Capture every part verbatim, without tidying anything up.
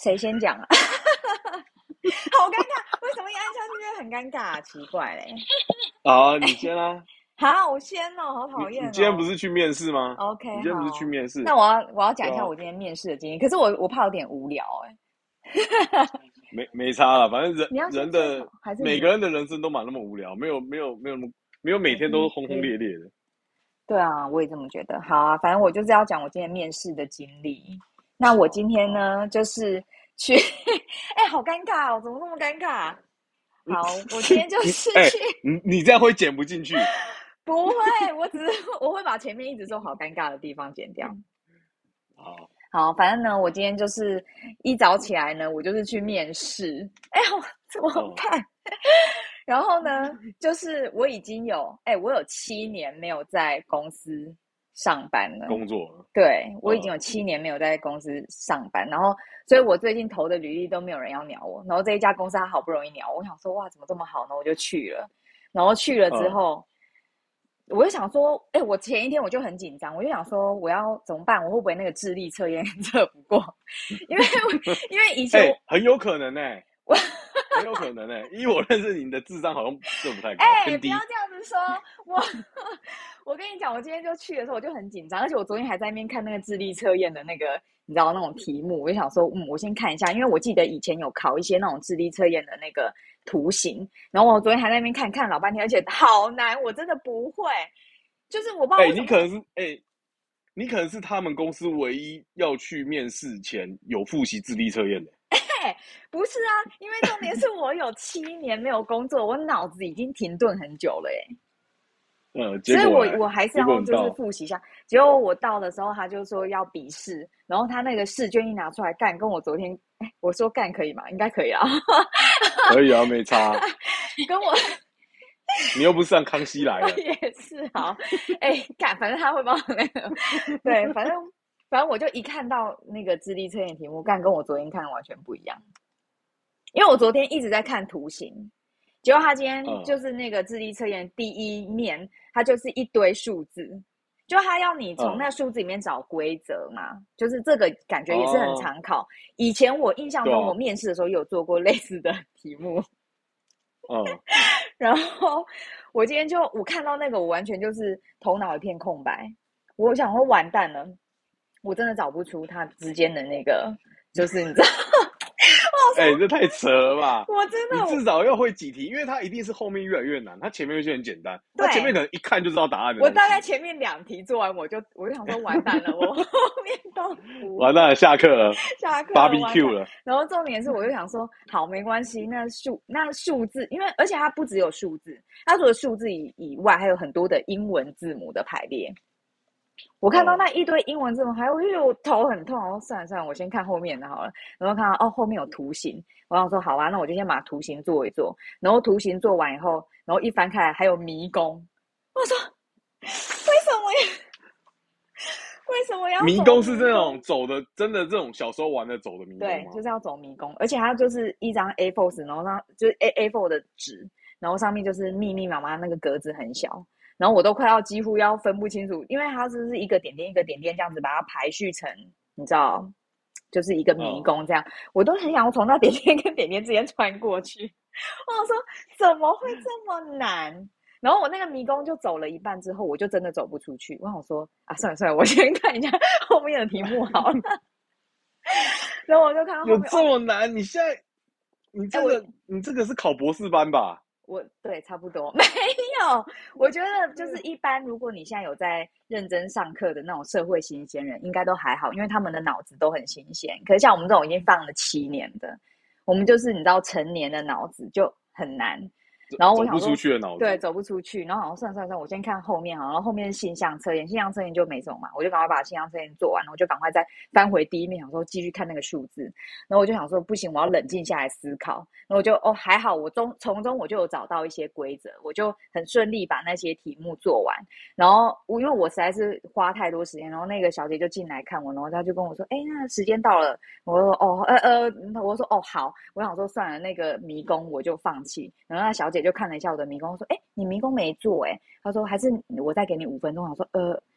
谁先讲啊？好尴尬，为什么一按下去就很尴尬啊？奇怪嘞。 好，你先啊。 好，我先哦，好讨厌哦。 你你今天不是去面试吗 ？OK， 你今天不是去好， 面试？ 那我要我要讲一下对啊， 我今天面试的经验，可是我我怕有点无聊哎、 没没差了，反正人你要先吹好人的还是你？ 每个人的人生都蛮那么无聊，没有没有没有那么没有每天都是轰轰烈烈的。 对啊，我也这么觉得。好啊，反正我就是要讲我今天面试的经历。那我今天呢，就是去，哎、好尴尬哦，怎么那么尴尬？好，我今天就你哎、 是去， 你你这样会剪不进去。 不会，我只是我会把前面一直说好尴尬的地方剪掉。 好， 好，反正呢，我今天就是一早起来呢，我就是去面试。哎呦，怎么哦， 办？然后呢，就是我已经有，哎，我有七年没有在公司上班了。 工作了。 对，我已经嗯， 有七年没有在公司上班，然后，所以我最近投的履历都没有人要鸟我。然后这一家公司他好不容易鸟我，我想说哇，怎么这么好呢？我就去了。然后去了之嗯， 后，我就想说，哎、我前一天我就很紧张，我就想说我要怎么办？我会不会那个智力测验测不过？因为我因为以前哎、 我很有可能呢、 我很有可能呢、因为我认识你的智商好像这不太高， 哎、 偏低。 不要这样子说，我我跟你讲，我今天就去的时候我就很紧张，而且我昨天还在那边看那个智力测验的那个，你知道那种题目，我就想说，嗯，我先看一下，因为我记得以前有考一些那种智力测验的那个图形，然后我昨天还在那边看看老半天，而且好难，我真的不会，就是我不知道哎、 为什么。 你可能是哎、你可能是他们公司唯一要去面试前有复习智力测验的。 嘿，不是啊，因为重点是我有七年没有工作，我脑子已经停顿很久了耶。 呃，结所以我果哎， 我还是结果要就是你到。 复习一下。结果我到的时候，他就说要笔试，然后他那个试卷一拿出来干，跟我昨天，哎，我说干可以吗？应该可以啊， 可以啊，没差。 跟我你又不是上康熙来了。 也是好，哎，干，反正他会帮我那个，对，反正反正我就一看到那个智力测验题目，干跟我昨天看的完全不一样，因为我昨天一直在看图形，结果他今天嗯， 就是那个智力测验第一面，它就是一堆数字，就他要你从那嗯， 数字里面找规则嘛，就是这个感觉也是很哦， 常考。以前我印象中，我对啊。 面试的时候有做过类似的题目， 嗯， 然后我今天就我看到那个，我完全就是头脑一片空白，我想说完蛋了，我真的找不出它之间的那个，就是你知道， 哎、这太扯了吧！ 我真你至的少要会几题，因为它一定是后面越来越难，它前面有些很简单，它前面可对。 能一看就知道答案的我东西。 大概前面两题做完，我就我就想说完蛋了，我后面都不会。 完蛋了，下课了下课了，完 ，barbecue 蛋。 了。 然后重点是，我就想说，好，没关系，那数那数字，因为而且它不只有数字，它除了数字以以外，还有很多的英文字母的排列。我看到嗯， 那一堆英文字母，还有我就觉得我头很痛。然后算了算了，我先看后面的好了。然后看到哦，后面有图形，我想说好吧，那我就先把图形做一做。然后图形做完以后，然后一翻开来还有迷宫。我说为什么要为什么要走迷宫是这种迷宫？ 走的，真的这种小时候玩的走的迷宫对， 吗？ 就是要走迷宫，而且它就是一张 A 四 纸，然后上就是 A A 四 的纸，然后上面就是密密麻麻，那个格子很小，然后我都快要几乎要分不清楚，因为它就是一个点点一个点点这样子把它排序成，你知道，就是一个迷嗯， 宫这样，我都很想要从那点点跟点点之间穿过去。我想说怎么会这么难？然后我那个迷宫就走了一半之后，我就真的走不出去。我想说啊，算了算了，我先看一下后面的题目好了。然后我就看到后有面，哦， 这么难？你现在，你哎，我这个，你这个是考博士班吧？ 我对差不多没有，我觉得就是一般，如果你现在有在认真上课的那种社会新鲜人，应该都还好，因为他们的脑子都很新鲜。可是像我们这种已经放了七年的，我们就是你知道成年的脑子就很难。 走然后我走不出想说， 去的脑子。 对，走不出去。然后好像算算算，我先看后面好，然后后面是性向测验，性向测验就没什么嘛，我就赶快把性向测验做完，然后我就赶快再翻回第一面，想说继续看那个数字。然后我就想说，不行，我要冷静下来思考。然后我就哦，还好，我中从中我就有找到一些规则，我就很顺利把那些题目做完。然后我因为我实在是花太多时间，然后那个小姐就进来看我，然后她就跟我说：“哎，那时间到了。”我说：“哦，呃呃，我说哦好。”我想说算了，那个迷宫我就放弃。然后那小姐就看了一下我的迷宫，说：“哎，你迷宫没做哎。”她说：“还是我再给你五分钟。”我想说：“呃。”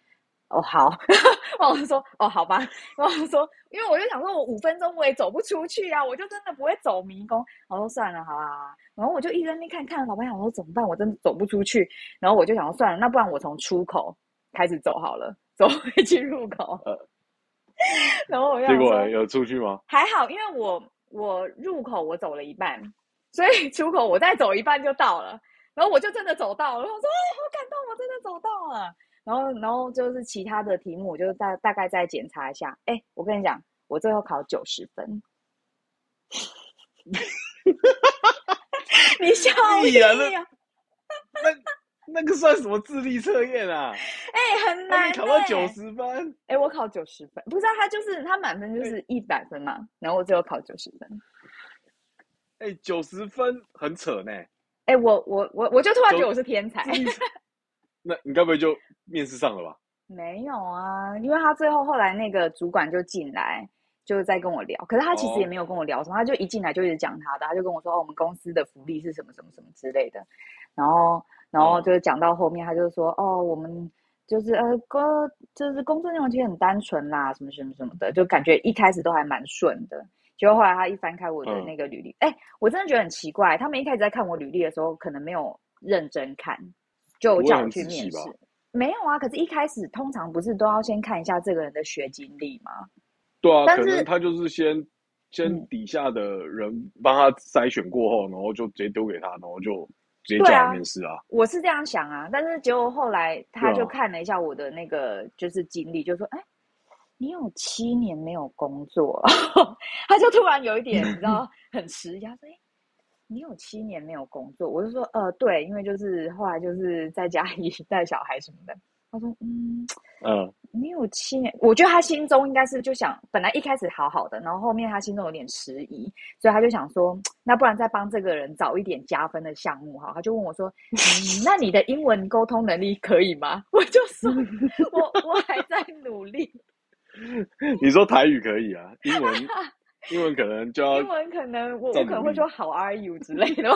哦好，我说哦好吧，然后我说因为我就想说我五分钟我也走不出去啊，我就真的不会走迷宫。我说算了，好啦，好啦，然后我就一直在那边看看，老板想说怎么办，我真的走不出去。然后我就想说算了，那不然我从出口开始走好了，走回去入口。 呃， 然后我就结想说果有出去吗？ 还好，因为我我入口我走了一半，所以出口我再走一半就到了。然后我就真的走到了，我说哎，好感动，我真的走到了。然后，然后就是其他的题目，我就大大概再检查一下。哎，我跟你讲，我最后考九十分。你笑屁呀、 呀、 那那个算什么智力测验啊？ 哎，很难、欸。 那你考到九十分？ 哎，我考九十分，不是、啊、他就是他满分就是一百分嘛，然后我最后考九十分。 哎，九十分很扯呢。 哎，我我我我就突然觉得我是天才。 那你该不会就面试上了吧？ 没有啊，因为他最后后来那个主管就进来，就在跟我聊。可是他其实也没有跟我聊什么，他就一进来就一直讲他的，他就跟我说：“哦，我们公司的福利是什么什么什么之类的。”然后，然后就是讲到后面，他就说：“哦，我们就是呃，工就是工作内容其实很单纯啦，什么什么什么的，就感觉一开始都还蛮顺的。”结果后来他一翻开我的那个履历，哎、嗯，我真的觉得很奇怪，他们一开始在看我履历的时候，可能没有认真看，就叫我去面试。没有啊，可是一开始通常不是都要先看一下这个人的学经历吗？ 对啊，可能他就是先先底下的人帮他筛选过后，然后就直接丢给他，然后就直接叫他面试啊。 啊我是这样想啊，但是结果后来他就看了一下我的那个就是经历，就说：“哎，你有七年没有工作。”他就突然有一点你知道很迟疑，他说：“哎，你有七年没有工作？”我就说：“呃，对，因为就是后来就是在家里带小孩什么的。”他说：“嗯嗯，你有七年，我觉得他心中应该是就想，本来一开始好好的，然后后面他心中有点迟疑，所以他就想说，那不然再帮这个人找一点加分的项目哈。他就问我说：“嗯，那你的英文沟通能力可以吗？”我就说：“我我还在努力。” 你说台语可以啊，英文。英文可能就要， 英文可能我我可能会说 How are you 之类的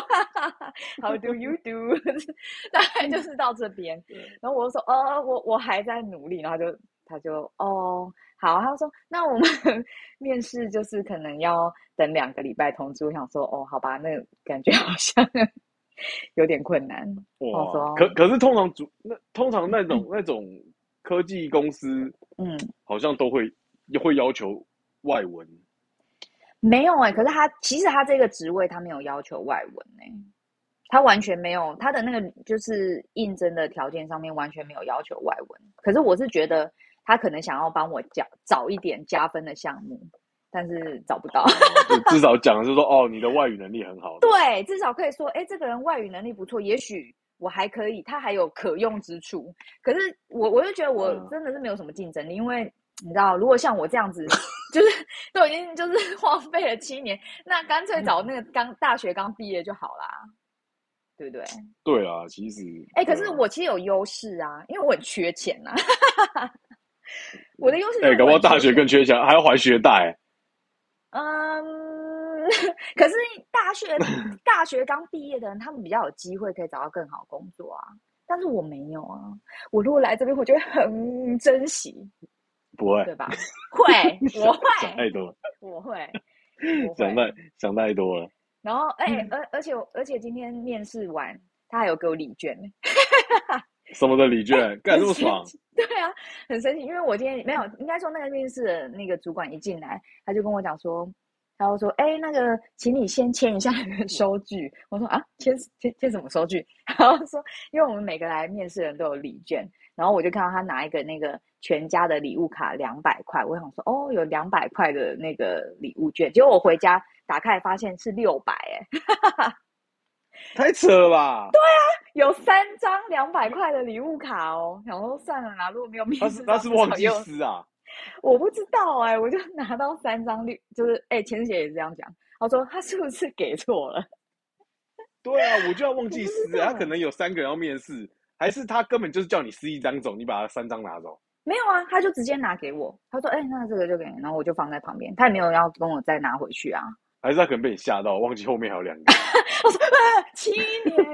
，How do you do？ 大概就是到这边，然后我就说哦，我我还在努力，然后他就他就哦好，他说那我们面试就是可能要等两个礼拜通知。我想说哦好吧，那感觉好像有点困难。 哇，可可是通常主那通常那种、嗯、那种科技公司，嗯，好像都会会要求外文。 没有哎、欸，可是他其实他这个职位他没有要求外文哎、欸，他完全没有，他的那个就是应征的条件上面完全没有要求外文。可是我是觉得他可能想要帮我找找一点加分的项目，但是找不到。 至少讲的是说哦，你的外语能力很好。 对，至少可以说，哎，这个人外语能力不错，也许我还可以，他还有可用之处。可是我我就觉得我真的是没有什么竞争力，因为你知道，如果像我这样子。就是都已经就是荒废了七年，那干脆找那个刚大学刚毕业就好啦，对不对？ 对啊，其实哎、欸，可是我其实有优势啊，因为我很缺钱呐、啊。我的优势，哎、 欸，搞不好大学更缺钱，还要还学贷。 嗯，可是大学大学刚毕业的人，他们比较有机会可以找到更好的工作啊，但是我没有啊。我如果来这边，我就会很珍惜。 不会， 对吧？会，我会想太多了， 我会， 我会想太想太多了。 然后，哎、欸，而而且而且今天面试完，他还有给我礼券。 什么的礼券？干这么爽？ 对啊，很神奇。因为我今天没有，应该说那个面试的那个主管一进来，他就跟我讲说，他就说，哎、欸，那个，请你先签一下那个收据。我说啊，签签签什么收据？然后说，因为我们每个来面试的人都有礼券。然后我就看到他拿一个那个全家的礼物卡两百块，我想说哦，有两百块的那个礼物券。结果我回家打开发现是六百，哎， 太扯了吧？ 对啊，有三张两百块的礼物卡哦。想说算了啦，如果没有面试， 他是他是忘记撕啊？ 我不知道哎、欸，我就拿到三张绿，就是哎，钱姐也是这样讲，他说他是不是给错了？ 对啊，我就要忘记撕，他可能有三个人要面试。还是他根本就是叫你撕一张走，你把他三张拿走？ 没有啊，他就直接拿给我。他说：“哎、欸，那这个就给你。”然后我就放在旁边，他也没有要跟我再拿回去啊。 还是他可能被你吓到，忘记后面还有两个？ 我说：“啊，七年，算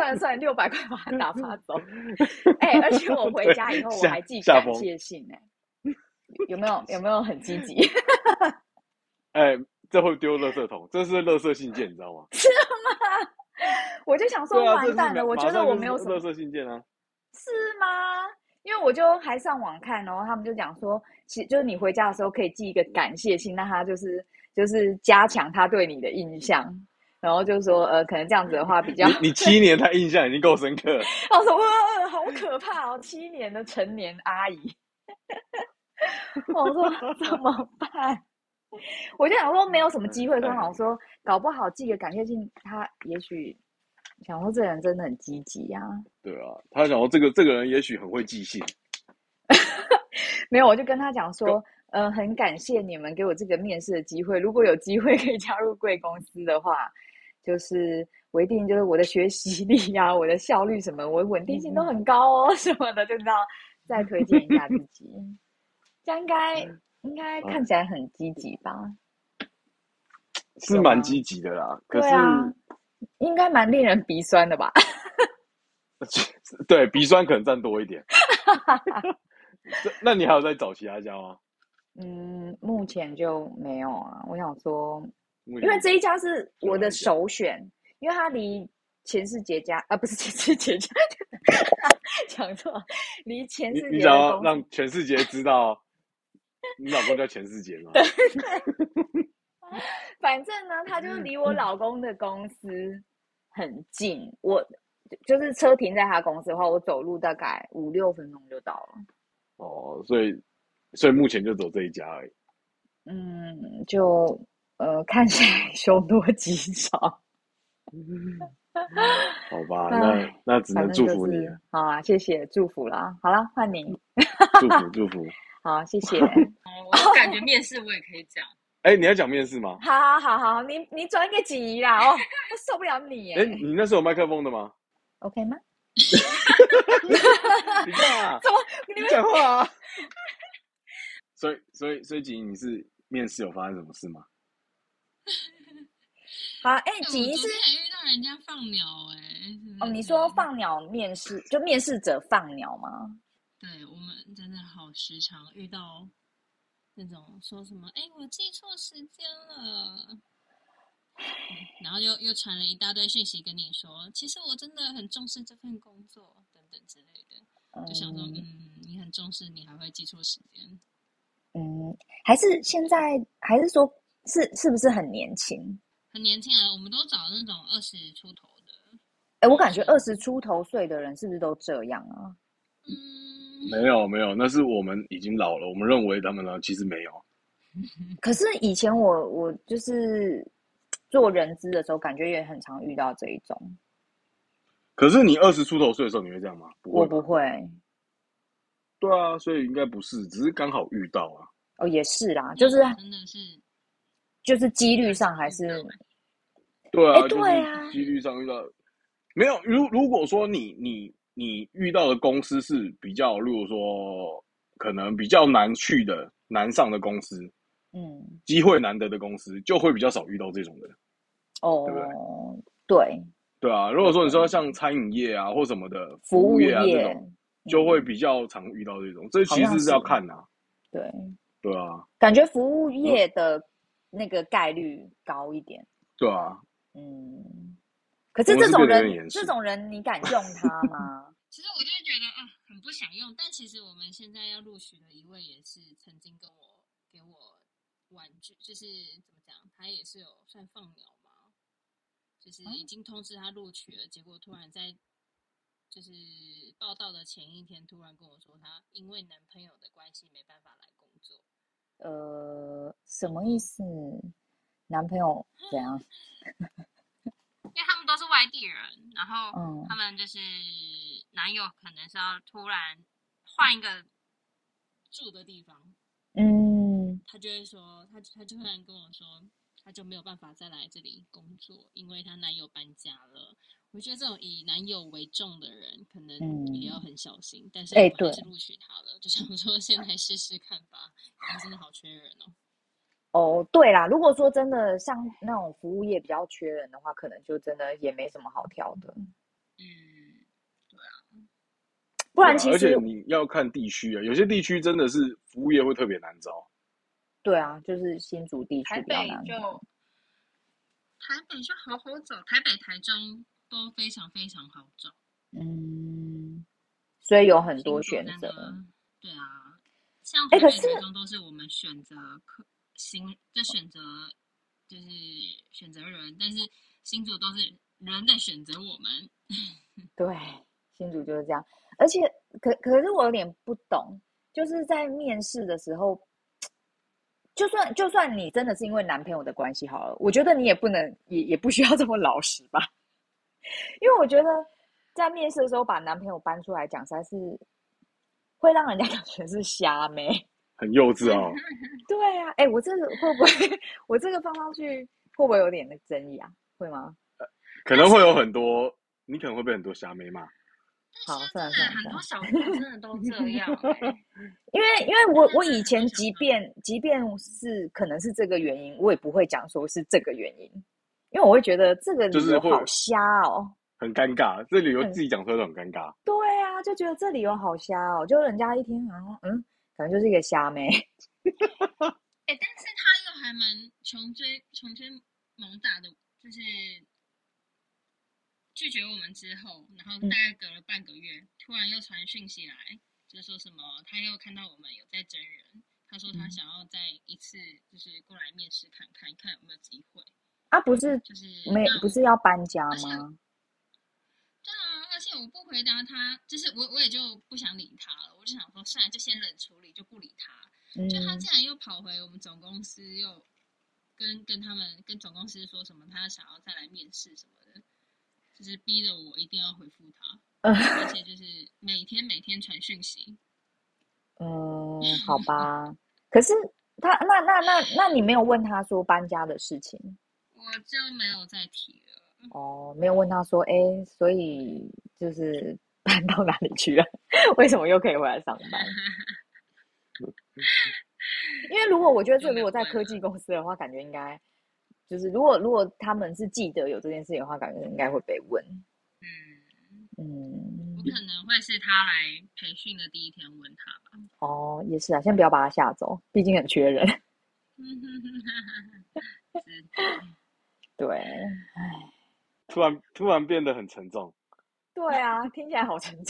算了算了，六百块把它打发走。哎、欸，而且我回家以后我还寄感谢信哎、欸，有没有有没有很积极？ 哎、欸，这会丢垃圾桶，这是垃圾信件，你知道吗？ 是吗？我就想说完蛋了， 啊、 我觉得我没有什么垃圾信件啊。 是吗？因为我就还上网看，然后他们就讲说，其实就是你回家的时候可以寄一个感谢信，那他就是就是加强他对你的印象，然后就说呃，可能这样子的话比较你你七年他印象已经够深刻了。 我说哇，好可怕哦，七年的成年阿姨。我说怎么办？我就想说没有什么机会，刚好说搞不好寄个感谢信，他也许想说这人真的很积极啊。 对啊，他想说这个这个人也许很会寄信。 没有，我就跟他讲说，呃，很感谢你们给我这个面试的机会，如果有机会可以加入贵公司的话，就是我一定就是我的学习力呀、啊，我的效率什么，我稳定性都很高哦，什么的，就知道再推荐一下自己。这样应该应该看起来很积极吧？ 是蛮积极的啦，可是、 啊、应该蛮令人鼻酸的吧？ 对，鼻酸可能占多一点。那你还有在找其他家吗？ 嗯，目前就没有啊。我想说，因为这一家是我的首选，因为它离钱世杰家啊，不是钱世杰家，讲错，离钱世杰的公司。 你想要让全世界知道你老公叫钱世杰吗？ 对对。反正呢，他就离我老公的公司很近，我就是车停在他公司的话，我走路大概五六分钟就到了。 哦，所以所以目前就走这一家而已。 嗯，就呃看起来凶多吉少。 好吧，那那只能祝福你了。 就是、好啊，谢谢，祝福啦。好啦，换你。 祝福祝福。 好，谢谢。 我感觉面试我也可以讲。 哎、欸，你要讲面试吗？ 好好好好，你你转给几姨啦？哦，我受不了你哎、欸，你那是有麦克风的吗 ？OK 吗？ 你看啊， 怎么你讲话啊？所以所以所以锦，你是面试有发生什么事吗？ 好，哎、欸，锦是遇到人家放鸟哎、欸。 哦，你说放鸟面试，就面试者放鸟吗？ 对，我们真的好时常遇到那种说什么，哎、欸，我记错时间了。然后又又传了一大堆讯息跟你说，其实我真的很重视这份工作，等等之类的，就想说，嗯，你很重视，你还会记错时间？ 嗯，还是现在，还是说是是不是很年轻？ 很年轻啊，我们都找那种二十出头的。 哎，我感觉二十出头岁的人是不是都这样啊？ 嗯， 没有没有，那是我们已经老了，我们认为他们呢，其实没有。 可是以前我我就是做人资的时候，感觉也很常遇到这一种。 可是你二十出头岁的时候，你会这样吗？不会， 我不会。 对啊，所以应该不是，只是刚好遇到啊。 哦，也是啦，就是真的是， 就是几率上还是。 对啊， 对啊， 几率上遇到没有。如如果说你你你遇到的公司是比较，例如说可能比较难去的、难上的公司，嗯，机会难得的公司，就会比较少遇到这种人。 哦， 对不对？ 对， 对啊。如果说你说像餐饮业啊或什么的服务业啊这种，就会比较常遇到这种。这其实是要看啊。 对， 对啊， 感觉服务业的那个概率高一点。 对啊。 嗯，可是这种人，这种人你敢用他吗？ 其实我就觉得啊，很不想用。但其实我们现在要录取的一位也是曾经跟我给我婉拒，就是怎么讲，他也是有算放鸟嘛，就是已经通知他录取了，结果突然在就是报道的前一天，突然跟我说他因为男朋友的关系没办法来工作。 呃，什么意思？男朋友怎样？ 因为他们都是外地人，然后他们就是男友可能是要突然换一个住的地方，嗯，他就会说，他他就突然跟我说，他就没有办法再来这里工作，因为她男友搬家了。我觉得这种以男友为重的人，可能也要很小心。嗯、但是我们还是录取他了，就想说先来试试看吧。他真的好缺人哦。 哦，对啦，如果说真的像那种服务业比较缺人的话，可能就真的也没什么好挑的。 嗯。 不然其实、 啊、而且你要看地区啊，有些地区真的是服务业会特别难找。 对啊，就是新竹地区比较难找。台北就好好找，台北、台中都非常非常好找。 嗯，所以有很多选择。 对啊，像台北、台中都是我们选择客新，就选择就是选择人，但是新竹都是人在选择我们。 对，新竹就是这样。而且，可可是我有点不懂，就是在面试的时候。就算就算你真的是因为男朋友的关系好了，我觉得你也不能也也不需要这么老实吧，因为我觉得在面试的时候把男朋友搬出来讲，实在是会让人家感觉是瞎妹， 很幼稚哦。 对啊，哎、欸，我这个会不会我这个放上去会不会有点的争议啊？会吗？ 可能会有很多，你可能会被很多瞎妹骂。 好，算了算了， 很多小朋友真的都这样、欸。 因为因为我我以前即便即便是可能是这个原因，我也不会讲说是这个原因，因为我会觉得这个理由好瞎哦， 很尴尬，这理由自己讲出来都很尴尬。 对啊，就觉得这理由好瞎哦，就人家一听好像嗯，可能就是一个瞎妹。 哎、欸，但是他又还蛮穷追穷追猛打的，就是拒绝我们之后，然后大概隔了半个月，嗯、突然又传讯息来。就说什么，他又看到我们有在真人，他说他想要再一次就是过来面试看看，看有没有机会。 啊，不是，就是没不是要搬家吗？ 对啊，而且我不回答他，就是我我也就不想理他了，我就想说算了，就先冷处理，就不理他。嗯、就他竟然又跑回我们总公司，又跟跟他们跟总公司说什么，他想要再来面试什么的，就是逼着我一定要回复他。而且就是每天每天传讯息， 嗯，好吧。可是他那那那那你没有问他说搬家的事情？ 我就没有再提了。 哦，没有问他说，哎，所以就是搬到哪里去了？为什么又可以回来上班？因为如果我觉得这如果在科技公司的话，感觉应该就是如果如果他们是记得有这件事情的话，感觉应该会被问。嗯。 嗯，我可能会是他来培训的第一天问他吧。 哦，也是啊，先不要把他吓走，毕竟很缺人。对，唉， 突然突然变得很沉重。 对啊，听起来好沉重。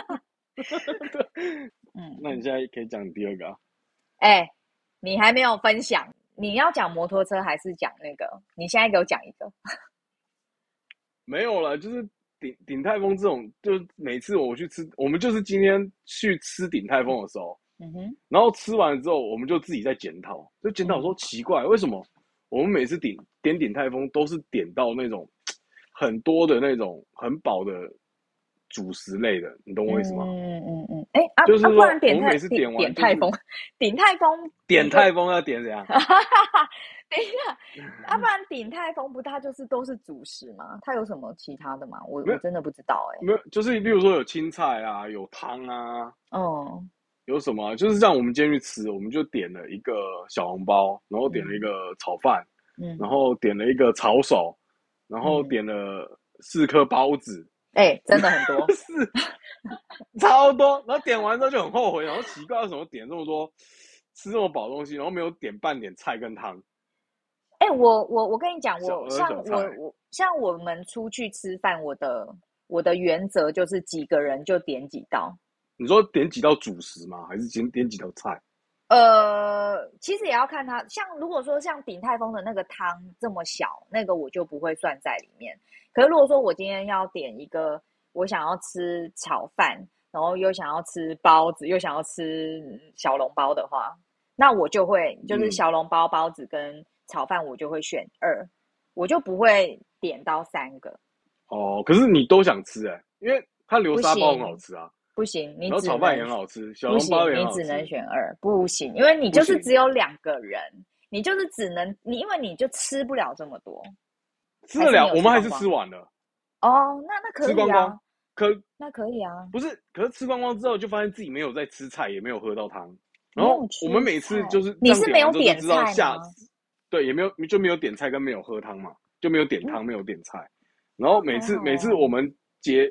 嗯，那你现在可以讲第二个啊。 哎、欸，你还没有分享，你要讲摩托车还是讲那个？你现在给我讲一个。 没有了，就是。鼎鼎泰丰这种，就是每次我去吃，我们就是今天去吃鼎泰丰的时候，嗯哼，然后吃完之后，我们就自己在检讨，就检讨说奇怪，为什么我们每次点点鼎泰丰都是点到那种很多的那种很饱的主食类的，你懂我意思吗？ 嗯嗯嗯，哎、欸、啊， 就是说啊、不然点我们每次点完、就是、 点泰丰，鼎泰丰， 点泰丰要点怎样？ 等一下，要、啊、不然鼎泰丰不它就是都是主食吗？它有什么其他的吗？我我真的不知道哎、欸。 没有，就是例如说有青菜啊，有汤啊， 哦， 有什么？就是让我们今天去吃，我们就点了一个小笼包，然后点了一个炒饭，嗯，然后点了一个炒手，然后点了四颗包子。 哎、欸，真的很多， 是超多。然后点完之后就很后悔，然后奇怪为什么点这么多，吃这么饱的东西，然后没有点半点菜跟汤。 哎、欸，我我我跟你讲，我像我我像我们出去吃饭，我的我的原则就是几个人就点几道。 你说点几道主食吗？还是点点几道菜？ 呃，其实也要看它。像如果说像鼎泰丰的那个汤这么小，那个我就不会算在里面。可是如果说我今天要点一个，我想要吃炒饭，然后又想要吃包子，又想要吃小笼包的话，那我就会就是小笼包、包子跟炒饭，我就会选二，我就不会点到三个。 哦，可是你都想吃哎、欸，因为它流沙包很好吃啊。 不行，你然后炒饭也很好吃，小笼包也很好吃。 你只能选二，不行，因为你就是只有两个人，你就是只能你，因为你就吃不了这么多。 吃得了，我们还是吃完了。 哦，那那可以啊， 吃光光，可那可以啊。 不是，可是吃光光之后，就发現自己沒有在吃菜，也沒有喝到湯。然後我們每次就是你是沒有點菜嗎？ 對，也沒有就沒有點菜跟沒有喝湯嘛，就沒有點湯，沒有點菜。然後每次每次我們結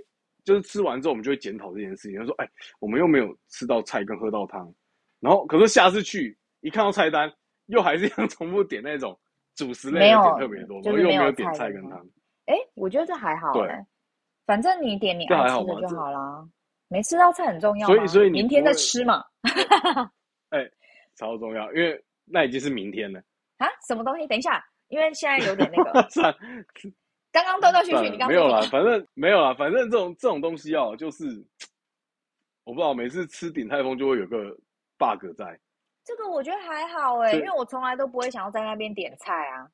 就是吃完之后我们就会检讨这件事情，就说哎，我们又没有吃到菜跟喝到汤，然后可是下次去一看到菜单，又还是一样重复点那种主食类的点特别多， 就是又没有点菜跟汤。 哎，我觉得这还好哎、欸，反正你点你爱吃的就好啦，没吃到菜很重要吗？ 所以所以你明天再吃嘛。 哎、欸，超重要，因为那已经是明天了啊！什么东西？等一下，因为现在有点那个。刚刚断断续续，你刚没有啦，反正没有啦，反正这种这种东西哦，就是我不知道，每次吃鼎泰丰就会有个 bug 在。 这个我觉得还好哎、欸，因为我从来都不会想要在那边点菜啊。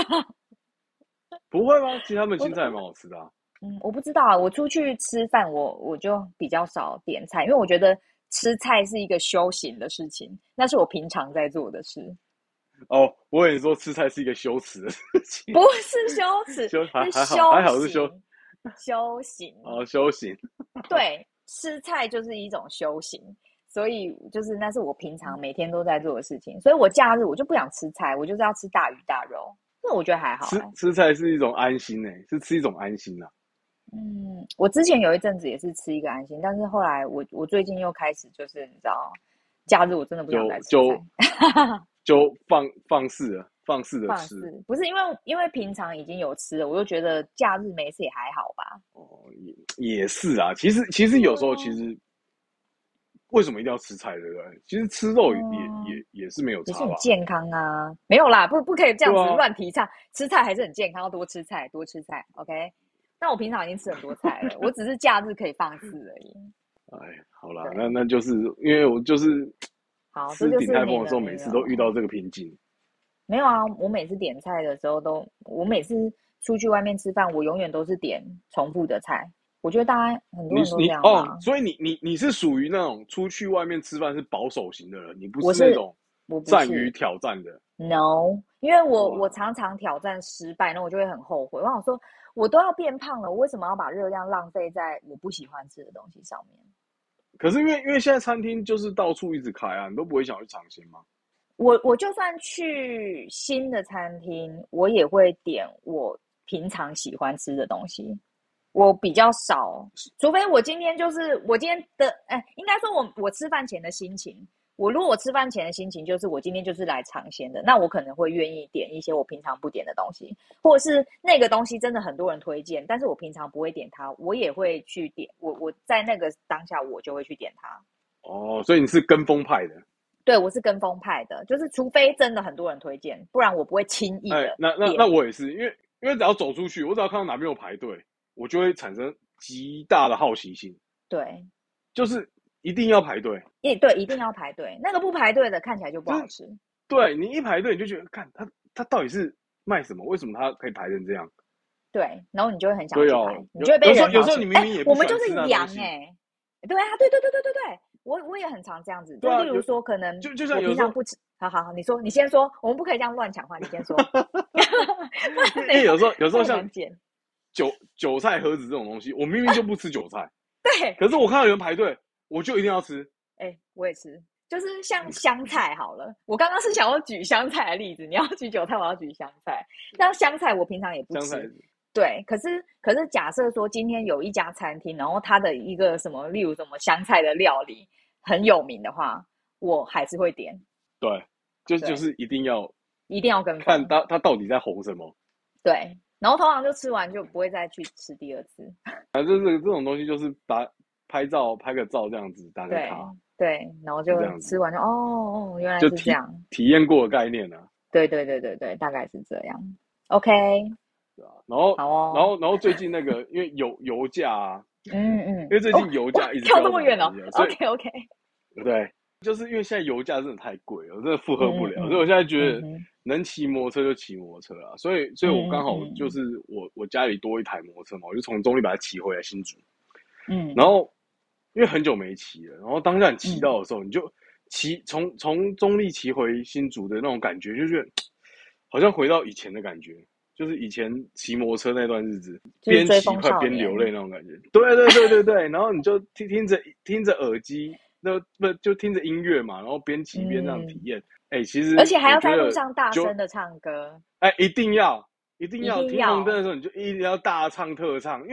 不会吗？其实他们青菜也蛮好吃的啊。 嗯，我不知道啊，我出去吃饭，我我就比较少点菜，因为我觉得吃菜是一个修行的事情，那是我平常在做的事。 哦，我也说吃菜是一个羞耻的事情， 不是羞耻， 修还是还好还好是修修行哦，修行。 对，吃菜就是一种修行，所以就是那是我平常每天都在做的事情，所以我假日我就不想吃菜，我就是要吃大鱼大肉，那我觉得还好、欸。 吃吃菜是一种安心诶、欸，是吃一种安心啊。 嗯，我之前有一阵子也是吃一个安心，但是后来我我最近又开始就是你知道，假日我真的不想再吃菜。就放放肆了，放肆的吃， 不是因为因为平常已经有吃了，我就觉得假日没吃也还好吧。 哦，也也是啊，其实其实有时候其实为什么一定要吃菜，对不对？其实吃肉也、嗯、也也也是没有差吧， 也是很健康啊。没有啦，不不可以这样子乱提倡，啊、吃菜还是很健康，要多吃菜，多吃菜 ，OK。但我平常已经吃很多菜了，我只是假日可以放肆而已。 哎，好啦，那那就是因为我就是。 好， 吃鼎泰丰的时候，每次都遇到这个瓶颈。 没有啊，我每次点菜的时候都，我每次出去外面吃饭，我永远都是点重复的菜。我觉得大家很多人都这样吧。 哦，所以你你你是属于那种出去外面吃饭是保守型的人，你不是那种善于挑战的。 No， 因为我我常常挑战失败，那我就会很后悔。我想说，我都要变胖了，我为什么要把热量浪费在我不喜欢吃的东西上面？ 可是因为因为现在餐厅就是到处一直开啊，你都不会想去尝鲜吗？ 我我就算去新的餐厅，我也会点我平常喜欢吃的东西。我比较少，除非我今天就是我今天的，哎，应该说我我吃饭前的心情。我如果我吃饭前的心情就是我今天就是来尝鲜的，那我可能会愿意点一些我平常不点的东西，或者是那个东西真的很多人推荐，但是我平常不会点它，我也会去点。我我在那个当下我就会去点它。 哦，所以你是跟风派的？ 对，我是跟风派的，就是除非真的很多人推荐，不然我不会轻易的、 哎。那那那我也是，因为因为只要走出去，我只要看到哪边有排队，我就会产生极大的好奇心。 对， 就是。一定要排队， 也对，一定要排队。那个不排队的看起来就不好吃。就是、 对你一排队，你就觉得，看他他到底是卖什么？为什么他可以排成这样？ 对，然后你就会很想去排， 哦、 你就会被人有时候你明明也不我们就是羊哎、欸，对啊，对对对对对对，我我也很常这样子。就例如说，可能就就像有平常不吃，好好好，你说，你先说，我们不可以这样乱讲话，你先说。 因为有时候有时候像韭韭菜盒子这种东西，我明明就不吃韭菜， 对， 可是我看到有人排队。我就一定要吃， 哎、欸，我也吃，就是像香菜好了。我刚刚是想要举香菜的例子，你要举韭菜，我要举香菜。像香菜，我平常也不吃。对，可是可是假设说今天有一家餐厅，然后它的一个什么，例如什么香菜的料理很有名的话，我还是会点。 对，就就是一定要一定要跟看他他到底在红什么。 对，然后通常就吃完就不会再去吃第二次。 反正这这种东西就是把。拍照拍个照这样子打个卡， 对，然后就吃完就哦哦，原来是这样， 体验过的概念啊。 对对对对对，大概是这样。OK， 对啊，然后好哦， 然后然后最近那个因为油油价啊， 嗯嗯， 因为最近油价一直跳这么远哦。OK OK， 对，就是因为现在油价真的太贵了，我真的负荷不了，所以我现在觉得能骑摩托车就骑摩托车啊。所以所以我刚好就是我我家里多一台摩托车嘛，我就从中立把它骑回来新竹，嗯，然后。因为很久没骑了，然后当下你骑到的时候，嗯、你就骑从从中立骑回新竹的那种感觉，就觉得好像回到以前的感觉，就是以前骑摩托车那段日子，边骑快边流泪那种感觉。对对对对对，然后你就听听着听着耳机，那不就听着音乐嘛，然后边骑边这样体验。哎、嗯欸，其实而且还要在路上大声的唱歌。 哎、欸，一定要一定要听红灯的时候，你就一定要大唱特唱，因为。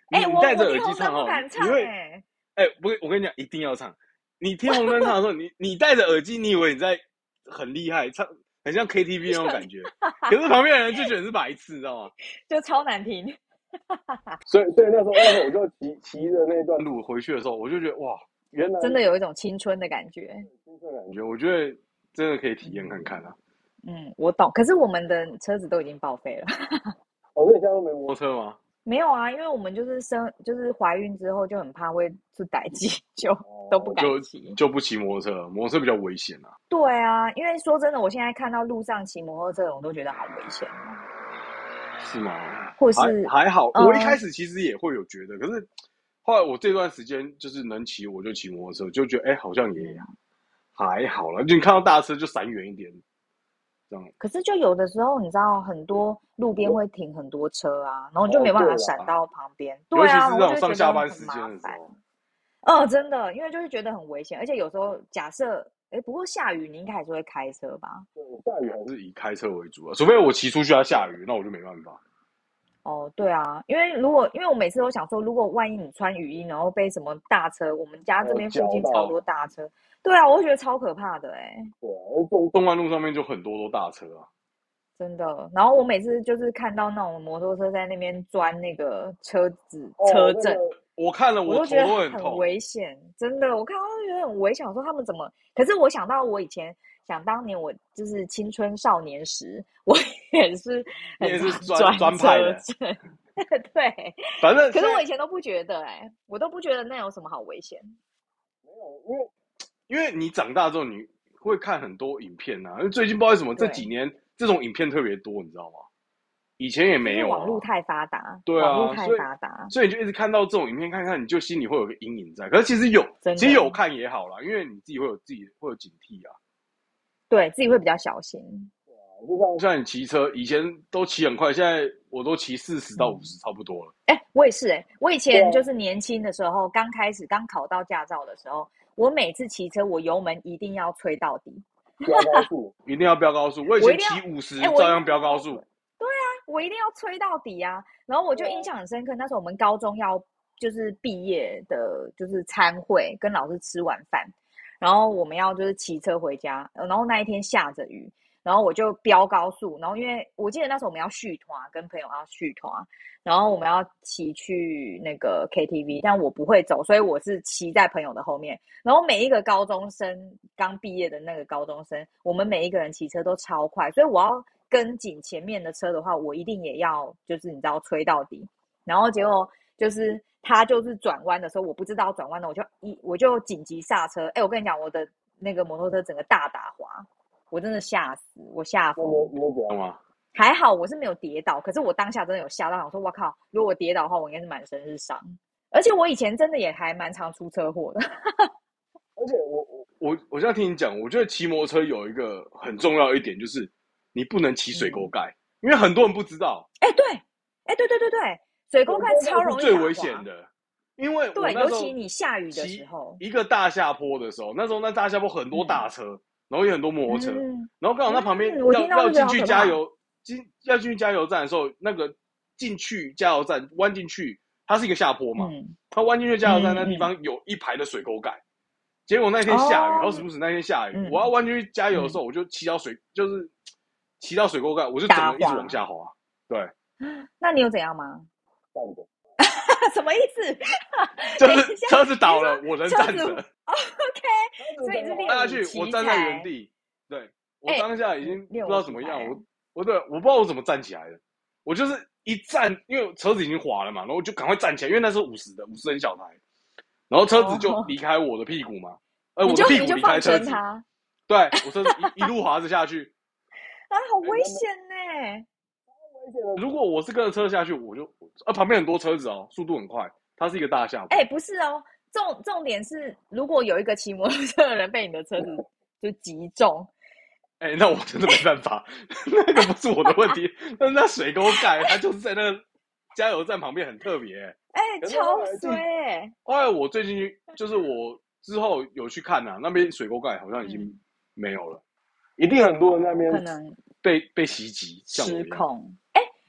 哎、欸，我戴着耳我听红灯机唱哦， 不敢唱你会哎、 哎、欸，不，我跟你讲，一定要唱。你听红灯唱的时候，你你戴着耳机，你以为你在很厉害，唱很像 K T V 那种感觉，可是旁边的人就觉得你是白痴，你知道吗？ 就超难听。 所以所以那时候那时候我就骑骑着那段路回去的时候，我就觉得哇，原来真的有一种青春的感觉， 青春的感觉，我觉得真的可以体验看看啊。 嗯，我懂。可是我们的车子都已经报废了。 哦，那你现在都没摩托车吗？ 没有啊，因为我们就是生就是怀孕之后就很怕会出歹机，就、哦、都不敢骑， 就就不骑摩托车，摩托车比较危险啊。 对啊，因为说真的，我现在看到路上骑摩托车，我都觉得好危险哦。 是吗？ 或是还还好、 嗯， 我一开始其实也会有觉得，可是后来我这段时间就是能骑我就骑摩托车，就觉得哎、欸，好像也还好了。就你看到大车就闪远一点。 可是就有的时候，你知道很多路边会停很多车啊，然后你就没办法闪到旁边。 哦、 对啊， 尤其是那种上下班时间的时候。 哦，真的，因为就是觉得很危险，而且有时候假设，哎，不过下雨你应该还是会开车吧？ 对，下雨还是以开车为主啊，除非我骑出去它下雨，那我就没办法。 哦，对啊，因为如果因为我每次都想说，如果万一你穿雨衣，然后被什么大车，我们家这边附近超多大车，对啊，我会觉得超可怕的哎、欸。 对啊，东东湾路上面就很多都大车啊， 真的。然后我每次就是看到那种摩托车在那边钻那个车子、哦、车阵、那个，我看了我头都很痛， 很危险，真的，我看到就觉得很危险。我说他们怎么？可是我想到我以前。想当年我就是青春少年时，我也是很也是专专派的， 对， 反正可是我以前都不觉得哎、欸，我都不觉得那有什么好危险。 没有，因为因为你长大之后你会看很多影片啊，因为最近不知道为什么这几年这种影片特别多，你知道吗？以前也没有、啊， 网络太发达， 对啊， 网络太发达， 所以，所以你就一直看到这种影片，看看你就心里会有个阴影在。可是其实有，其实有看也好啦，因为你自己会有自己会有警惕啊。 对自己会比较小心， 对啊，就像像你骑车，以前都骑很快，现在我都骑四十到五十，差不多了。 哎、欸，我也是哎、欸，我以前就是年轻的时候，刚开始刚考到驾照的时候，我每次骑车，我油门一定要吹到底， 飙高速一定要飙高速。我以前骑五十，照样飙高速。 对啊，我一定要吹到底啊！然后我就印象很深刻，那时候我们高中要就是毕业的，就是餐会，跟老师吃晚饭。然后我们要就是骑车回家，然后那一天下着雨，然后我就飙高速，然后因为我记得那时候我们要续团，跟朋友要续团，然后我们要骑去那个 K T V， 但我不会走，所以我是骑在朋友的后面。然后每一个高中生刚毕业的那个高中生，我们每一个人骑车都超快，所以我要跟紧前面的车的话，我一定也要就是你知道吹到底，然后结果就是。他就是转弯的时候，我不知道转弯了，我就一我就紧急刹车。哎，我跟你讲，我的那个摩托车整个大打滑，我真的吓死，我吓疯。 你有怎样吗？ 还好我是没有跌倒，可是我当下真的有吓到，想说，哇靠！如果我跌倒的话，我应该是满身是伤。而且我以前真的也还蛮常出车祸的。 而且我我我我现在听你讲，我觉得骑摩托车有一个很重要一点，就是你不能骑水沟盖，嗯、因为很多人不知道。 哎，对，哎，对对对对。水沟盖超容易最危险的，因为对，尤其你下雨的时候， 一个大下坡的时候，那时候那大下坡很多大车，嗯、然后有很多摩托车，嗯、然后刚好那旁边要、 嗯、 要进去加油，进要进去加油站的时候，那个进去加油站弯进去，它是一个下坡嘛，嗯、它弯进去加油站那地方有一排的水沟盖，嗯、结果那天下雨，好死不死那天下雨，嗯、我要弯进去加油的时候，嗯、我就骑到水，就是骑到水沟盖，我就整个一直往下滑，对。 那你有怎样吗？ 站着。 什么意思？ 就是车子倒了，我人站着。 OK， 所以你是练下去，我站在原地。对，我当下已经不知道怎么样，我我对我不知道我怎么站起来的。我就是一站，因为车子已经滑了嘛，然后我就赶快站起来，因为那是五十的，五十很小台，然后车子就离开我的屁股嘛，呃，我的屁股离开车子。对，我车子一一路滑着下去。 啊，好危险呢！ 如果我是跟着车下去，我就啊旁边很多车子哦，速度很快，它是一个大下坡。 哎、欸，不是哦，重重点是，如果有一个骑摩托车的人被你的车子就击中， 哎、欸，那我真的没办法，那个不是我的问题，那那水沟盖，它就是在那个加油站旁边，很特别。 哎、欸，超衰哎、欸！ 后来我最近就是我之后有去看啊，那边水沟盖好像已经没有了，嗯、一定很多人那边可能被被袭击， 失控。哎、欸，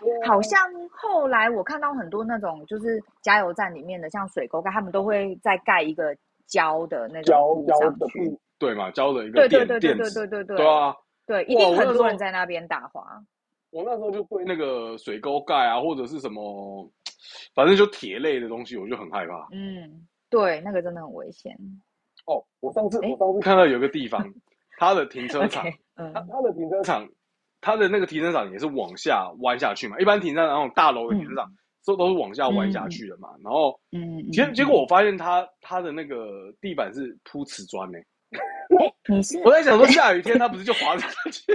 好像后来我看到很多那种就是加油站里面的，像水沟盖，他们都会再盖一个胶的那种布上去， 对嘛，胶的一个对对对对垫子， 对对对对啊， 对，一定很多人在那边打滑。 我那时候就对那个水沟盖啊，或者是什么，反正就铁类的东西，我就很害怕。 嗯，对，那个真的很危险。 哦，我上次我上次看到有个地方，它的停车场， okay, 嗯、它它的停车场，它的那个停车场也是往下弯下去嘛。一般停车场那种大楼的停车场，都、嗯、都是往下弯下去的嘛。嗯、然后，嗯，结结果我发现它它的那个地板是铺瓷砖呢。 哎，你是我在想说，下雨天它不是就滑下去？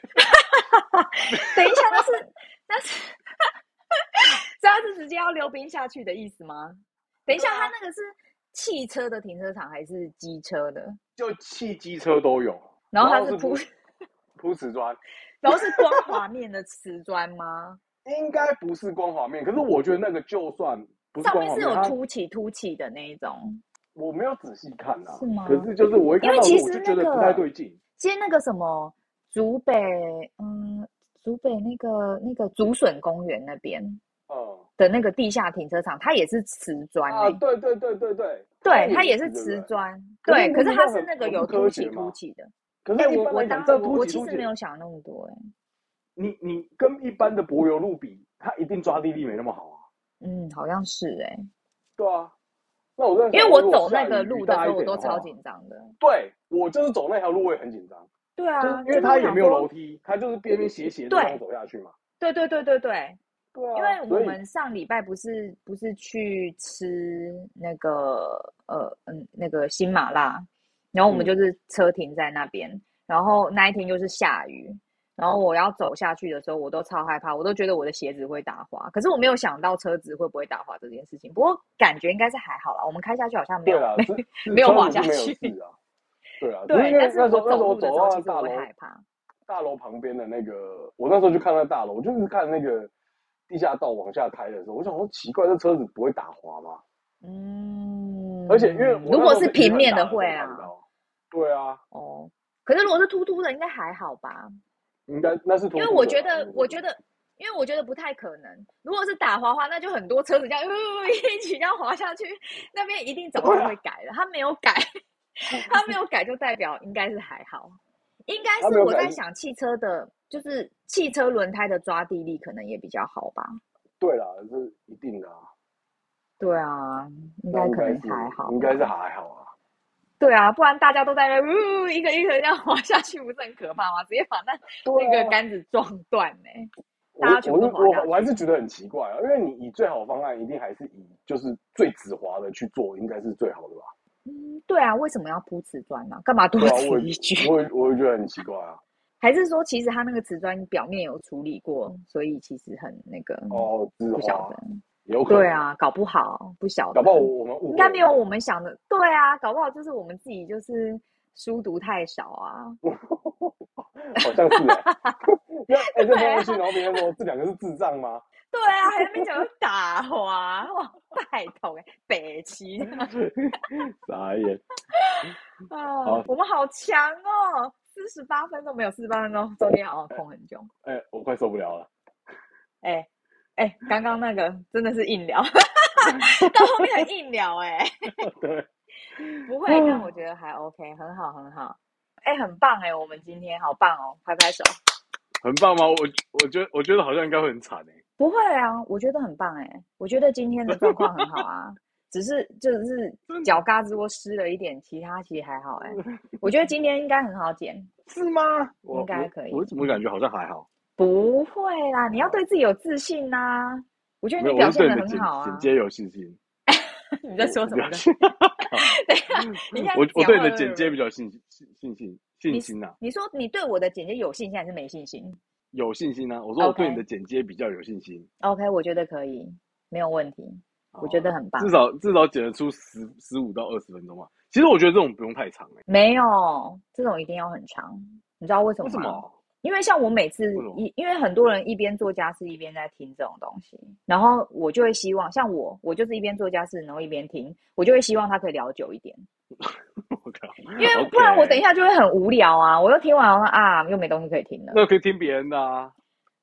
等一下，那是那是，这样是直接要溜冰下去的意思吗？等一下，它那个是汽车的停车场还是机车的？ 就汽机车都有。 然后它是铺铺瓷砖， 然后是光滑面的瓷砖吗？ 应该不是光滑面，可是我觉得那个就算不是光滑面， 上面是有凸起凸起的那一种。 我没有仔细看啊， 是吗？ 可是就是我一看到我就觉得不太对劲。 其实那个什么竹北，嗯，竹北那个那个竹笋公园那边，嗯，的那个地下停车场，它也是瓷砖、欸、 啊，对对对对对， 对，它也是瓷砖，对，可是它是那个有凸起凸起的。 可是我我当我我其实没有想那么多、欸， 你你跟一般的柏油路比，它一定抓地力没那么好啊。 嗯，好像是哎、欸。 对啊。那我因为我走那个路的时候，我都超紧张的。 对，我就是走那条路，我也很紧张。 对啊， 因为它也没有楼梯，它就是边边斜斜的这样走下去嘛。 对对对对对。 对啊。 因为我们上礼拜不是不是去吃那个呃嗯那个新麻辣，然后我们就是车停在那边，嗯、然后那一天又是下雨。然后我要走下去的时候，我都超害怕，我都觉得我的鞋子会打滑。可是我没有想到车子会不会打滑这件事情。不过感觉应该是还好啦，我们开下去好像没有没, 没有滑下去。 啊、对啊， 对。 但是那时候那时候我走到其实大楼， 害怕。 大楼旁边的那个，我那时候就看到大楼，我就是看那个地下道往下开的时候，我想说奇怪，这车子不会打滑吗？嗯。而且因为如果是平面的会啊。 对啊。 哦。可是如果是凸凸的，应该还好吧？ 应该那是凸凸的， 因为我觉得，我觉得，因为我觉得不太可能。如果是打滑滑，那就很多车子这样、呃、一起这样滑下去，那边一定早就会改了。他没有改，他没有改，就代表应该是还好。应该是我在想，汽车的，就是汽车轮胎的抓地力可能也比较好吧？ 对啦，这是一定的啊。 对啊，应该可能还好， 应该是还好啊。 对啊，不然大家都在那呜一个一个这样滑下去，不是很可怕吗？直接把那、啊、那个杆子撞断呢、欸。大家全部都滑下去。 我我我还是觉得很奇怪啊，因为你以最好的方案，一定还是以就是最直滑的去做，应该是最好的吧？ 嗯，对啊，为什么要铺瓷砖呢、啊？干嘛多此一举？ 我我也觉得很奇怪啊。 还是说，其实它那个瓷砖表面有处理过，所以其实很那个哦， 不晓得。 有可能对啊，搞不好不晓得， 搞不好我们应该没有我们想的。对啊，搞不好就是我们自己就是书读太少啊。 好像是哎、欸，哎、欸，这封信，然后别人说这两个是智障吗？ 对啊，还在那边讲打滑，哇，拜托哎，北齐， 傻眼啊！我们好强哦，四十八分钟没有四十八分钟，中间好像空很久。 哎、欸，我快受不了了。 哎、欸。哎、欸，刚刚那个真的是硬聊，到后面很硬聊哎、欸。 对， 不会，但我觉得还 OK， 很好很好。哎、欸，很棒哎、欸，我们今天好棒哦，拍拍手。 很棒吗？我我觉得我觉得好像应该会很惨哎、欸。 不会啊，我觉得很棒哎、欸，我觉得今天的状况很好啊，只是就是脚嘎子窝湿了一点，其他其实还好哎、欸。我觉得今天应该很好剪， 是吗？ 应该可以。 我, 我怎么感觉好像还好？ 不会啦，你要对自己有自信呐、啊。我觉得你表现得很好啊。 剪接有信心。 你在说什么？对啊，你看我我对你的剪接比较信信信心信心呐、啊。 你说你对我的剪接有信心还是没信心？ 有信心啊！我说我对你的剪接比较有信心。 OK， 我觉得可以，没有问题。我觉得很棒。 至少至少剪得出十十五到二十分钟嘛。其实我觉得这种不用太长哎、欸。 没有，这种一定要很长。你知道为什么吗？ 为什么？ 因为像我每次一，因为很多人一边做家事一边在听这种东西，然后我就会希望，像我，我就是一边做家事，然后一边听，我就会希望他可以聊久一点。因为不然我等一下就会很无聊啊！我又听完了啊，又没东西可以听了。 那可以听别人的啊。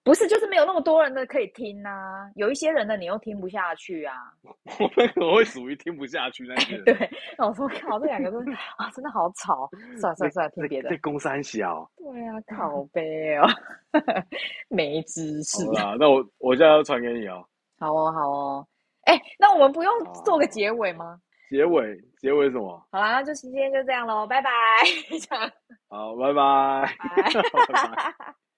不是，就是没有那么多人的可以听啊。有一些人的你又听不下去啊。 我那个我会属于听不下去那些人。 对，那我说靠，这两个真的啊，真的好吵。算了算了算了，听别的。 在公三小。 对啊，靠背哦，没知识。 好啦，那我我现在要传给你哦。 好哦好哦。哎、欸，那我们不用做个结尾吗？ 结尾结尾什么？ 好啦，那就今天就这样咯，拜拜。 好，拜拜。拜拜。